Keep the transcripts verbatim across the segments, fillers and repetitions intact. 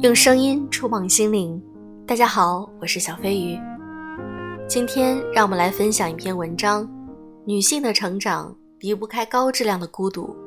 用声音触碰心灵。大家好，我是小飞鱼。今天让我们来分享一篇文章，女性的成长离不开高质量的孤独。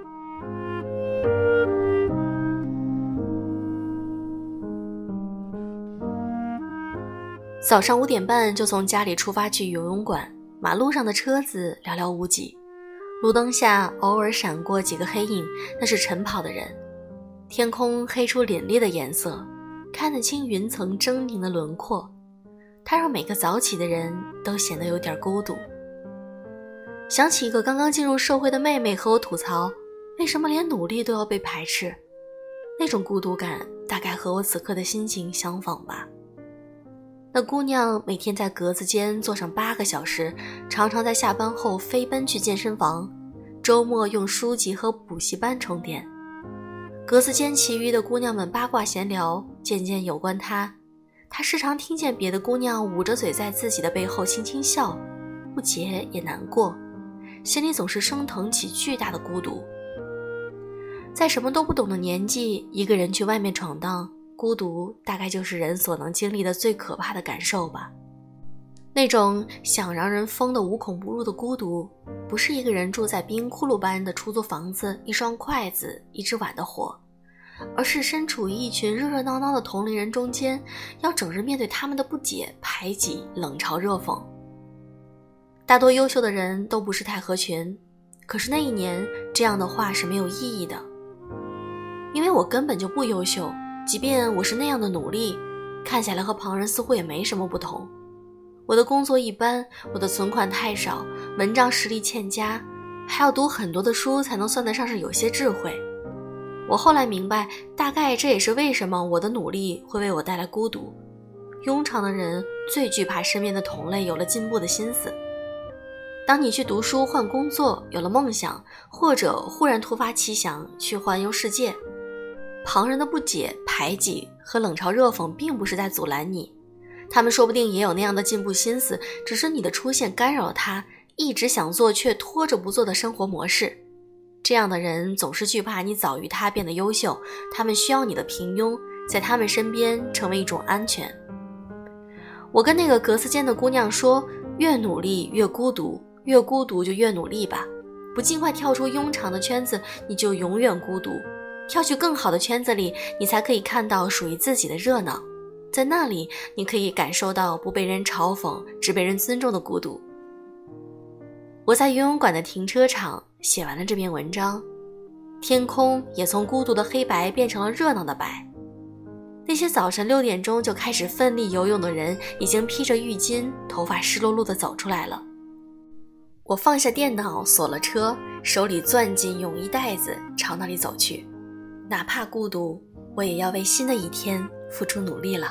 早上五点半就从家里出发去游泳馆，马路上的车子寥寥无几，路灯下偶尔闪过几个黑影，那是晨跑的人。天空黑出凛冽的颜色，看得清云层狰狞的轮廓，它让每个早起的人都显得有点孤独。想起一个刚刚进入社会的妹妹和我吐槽，为什么连努力都要被排斥，那种孤独感大概和我此刻的心情相仿吧。那姑娘每天在格子间坐上八个小时，常常在下班后飞奔去健身房，周末用书籍和补习班充电。格子间其余的姑娘们八卦闲聊，渐渐有关她。她时常听见别的姑娘捂着嘴在自己的背后轻轻笑，不解也难过，心里总是升腾起巨大的孤独。在什么都不懂的年纪，一个人去外面闯荡，孤独大概就是人所能经历的最可怕的感受吧。那种想让人疯得无孔不入的孤独，不是一个人住在冰窟窿般的出租房子，一双筷子一只碗的活，而是身处于一群热热闹闹的同龄人中间，要整日面对他们的不解、排挤、冷嘲热讽。大多优秀的人都不是太合群，可是那一年这样的话是没有意义的，因为我根本就不优秀，即便我是那样的努力，看起来和旁人似乎也没什么不同。我的工作一般，我的存款太少，文章实力欠佳，还要读很多的书才能算得上是有些智慧。我后来明白，大概这也是为什么我的努力会为我带来孤独。庸常的人最惧怕身边的同类有了进步的心思。当你去读书换工作，有了梦想，或者忽然突发奇想去环游世界，旁人的不解、排挤和冷嘲热讽并不是在阻拦你，他们说不定也有那样的进步心思，只是你的出现干扰了他一直想做却拖着不做的生活模式。这样的人总是惧怕你早于他变得优秀，他们需要你的平庸，在他们身边成为一种安全。我跟那个格子间的姑娘说，越努力越孤独，越孤独就越努力吧，不尽快跳出庸常的圈子，你就永远孤独。跳去更好的圈子里，你才可以看到属于自己的热闹，在那里你可以感受到不被人嘲讽，只被人尊重的孤独。我在游泳馆的停车场写完了这篇文章，天空也从孤独的黑白变成了热闹的白。那些早晨六点钟就开始奋力游泳的人，已经披着浴巾，头发湿漉漉地走出来了。我放下电脑，锁了车，手里攥紧泳衣带子，朝那里走去。哪怕孤独，我也要为新的一天付出努力了。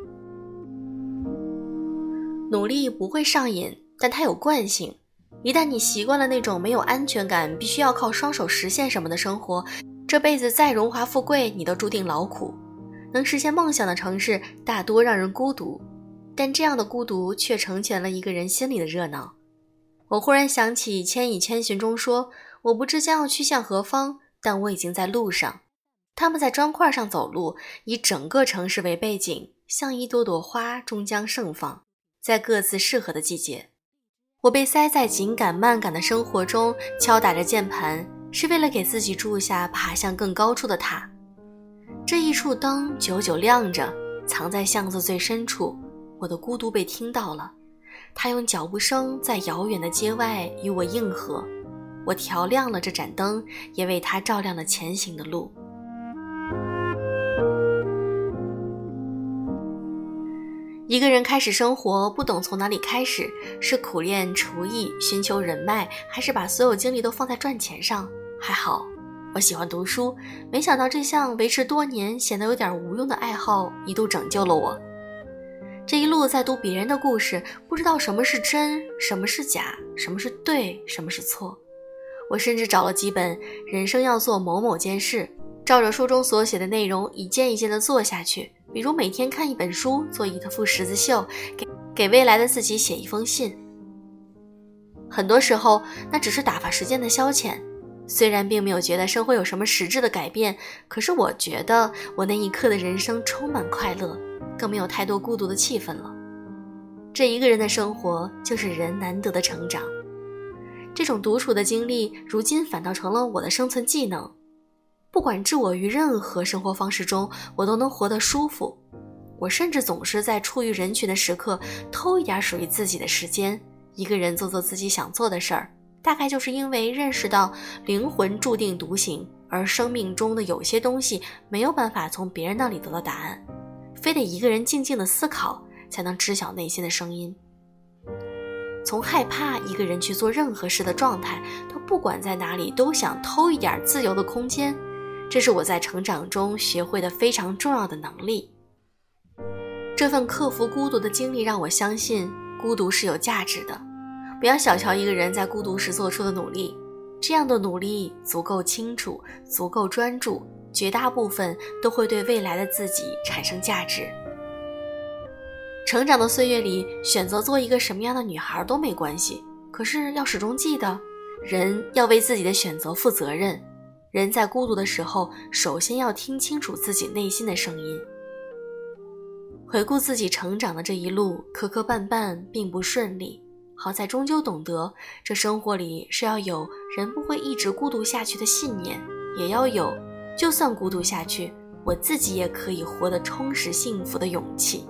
努力不会上瘾，但它有惯性。一旦你习惯了那种没有安全感，必须要靠双手实现什么的生活，这辈子再荣华富贵，你都注定劳苦。能实现梦想的城市大多让人孤独，但这样的孤独却成全了一个人心里的热闹。我忽然想起《千与千寻》中说，我不知将要去向何方，但我已经在路上。他们在砖块上走路，以整个城市为背景，像一朵朵花终将盛放，在各自适合的季节。我被塞在紧赶慢赶的生活中，敲打着键盘，是为了给自己筑下爬向更高处的塔。这一束灯久久亮着，藏在巷子最深处，我的孤独被听到了。他用脚步声在遥远的街外与我应和，我调亮了这盏灯，也为他照亮了前行的路。一个人开始生活，不懂从哪里开始，是苦练厨艺，寻求人脉，还是把所有精力都放在赚钱上？还好，我喜欢读书，没想到这项维持多年显得有点无用的爱好，一度拯救了我。这一路在读别人的故事，不知道什么是真，什么是假，什么是对，什么是错。我甚至找了几本人生要做某某件事，照着书中所写的内容一件一件地做下去，比如每天看一本书，做一副十字绣，给给未来的自己写一封信。很多时候那只是打发时间的消遣， 虽然并没有觉得生活有什么实质的改变，可是我觉得我那一刻的人生充满快乐，更没有太多孤独的气氛了。这一个人的生活就是人难得的成长。这种独处的经历，如今反倒成了我的生存技能。不管置我于任何生活方式中，我都能活得舒服。我甚至总是在处于人群的时刻，偷一点属于自己的时间，一个人做做自己想做的事儿。大概就是因为认识到灵魂注定独行，而生命中的有些东西没有办法从别人那里得到答案，非得一个人静静的思考，才能知晓内心的声音。从害怕一个人去做任何事的状态，到不管在哪里都想偷一点自由的空间，这是我在成长中学会的非常重要的能力。这份克服孤独的经历让我相信，孤独是有价值的。不要小瞧一个人在孤独时做出的努力，这样的努力足够清楚，足够专注，绝大部分都会对未来的自己产生价值。成长的岁月里，选择做一个什么样的女孩都没关系，可是要始终记得，人要为自己的选择负责任。人在孤独的时候，首先要听清楚自己内心的声音。回顾自己成长的这一路，磕磕绊绊并不顺利，好在终究懂得，这生活里是要有人不会一直孤独下去的信念，也要有就算孤独下去，我自己也可以活得充实幸福的勇气。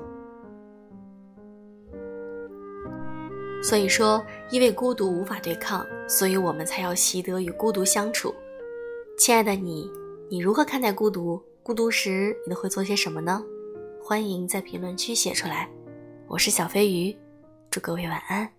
所以说，因为孤独无法对抗，所以我们才要习得与孤独相处。亲爱的你，你如何看待孤独？孤独时你都会做些什么呢？欢迎在评论区写出来。我是小飞鱼，祝各位晚安。